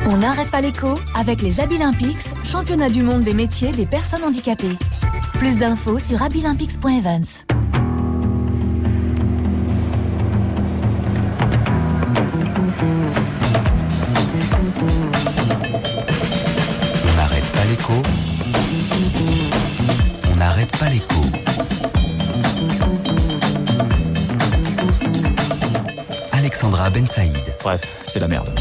On n'arrête pas l'écho avec les Abilympics, championnat du monde des métiers des personnes handicapées. Plus d'infos sur abilympics.events. On n'arrête pas l'écho. On n'arrête pas l'écho. Alexandra Ben Saïd. Bref, c'est la merde.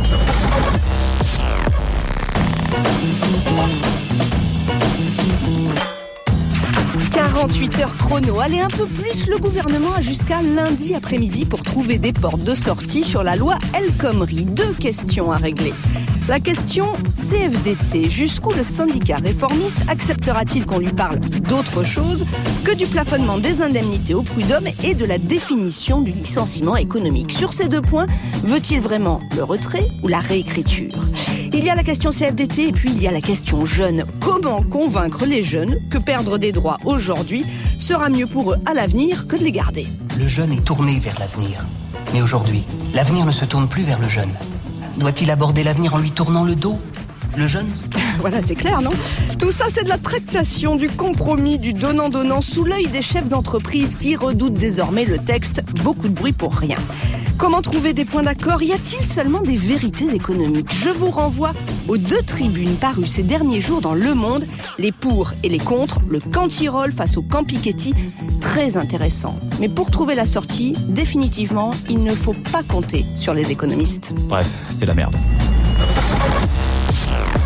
« 48 heures chrono. Allez, un peu plus, le gouvernement a jusqu'à lundi après-midi pour trouver des portes de sortie sur la loi El Khomri. 2 questions à régler. La question CFDT. Jusqu'où le syndicat réformiste acceptera-t-il qu'on lui parle d'autre chose que du plafonnement des indemnités au prud'homme et de la définition du licenciement économique? Sur ces 2 points, veut-il vraiment le retrait ou la réécriture? Il y a la question CFDT et puis il y a la question jeunes. Comment convaincre les jeunes que perdre des droits aujourd'hui sera mieux pour eux à l'avenir que de les garder? Le jeune est tourné vers l'avenir. Mais aujourd'hui, l'avenir ne se tourne plus vers le jeune. Doit-il aborder l'avenir en lui tournant le dos, le jeune? Voilà, c'est clair, non? Tout ça, c'est de la tractation, du compromis, du donnant-donnant sous l'œil des chefs d'entreprise qui redoutent désormais le texte. Beaucoup de bruit pour rien. Comment trouver des points d'accord? Y a-t-il seulement des vérités économiques? Je vous renvoie aux 2 tribunes parues ces derniers jours dans Le Monde, les pour et les contre, le Cantirole face au Camp-Piketty, très intéressant. Mais pour trouver la sortie, définitivement, il ne faut pas compter sur les économistes. Bref, c'est la merde.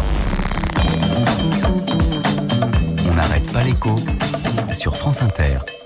On n'arrête pas l'écho sur France Inter.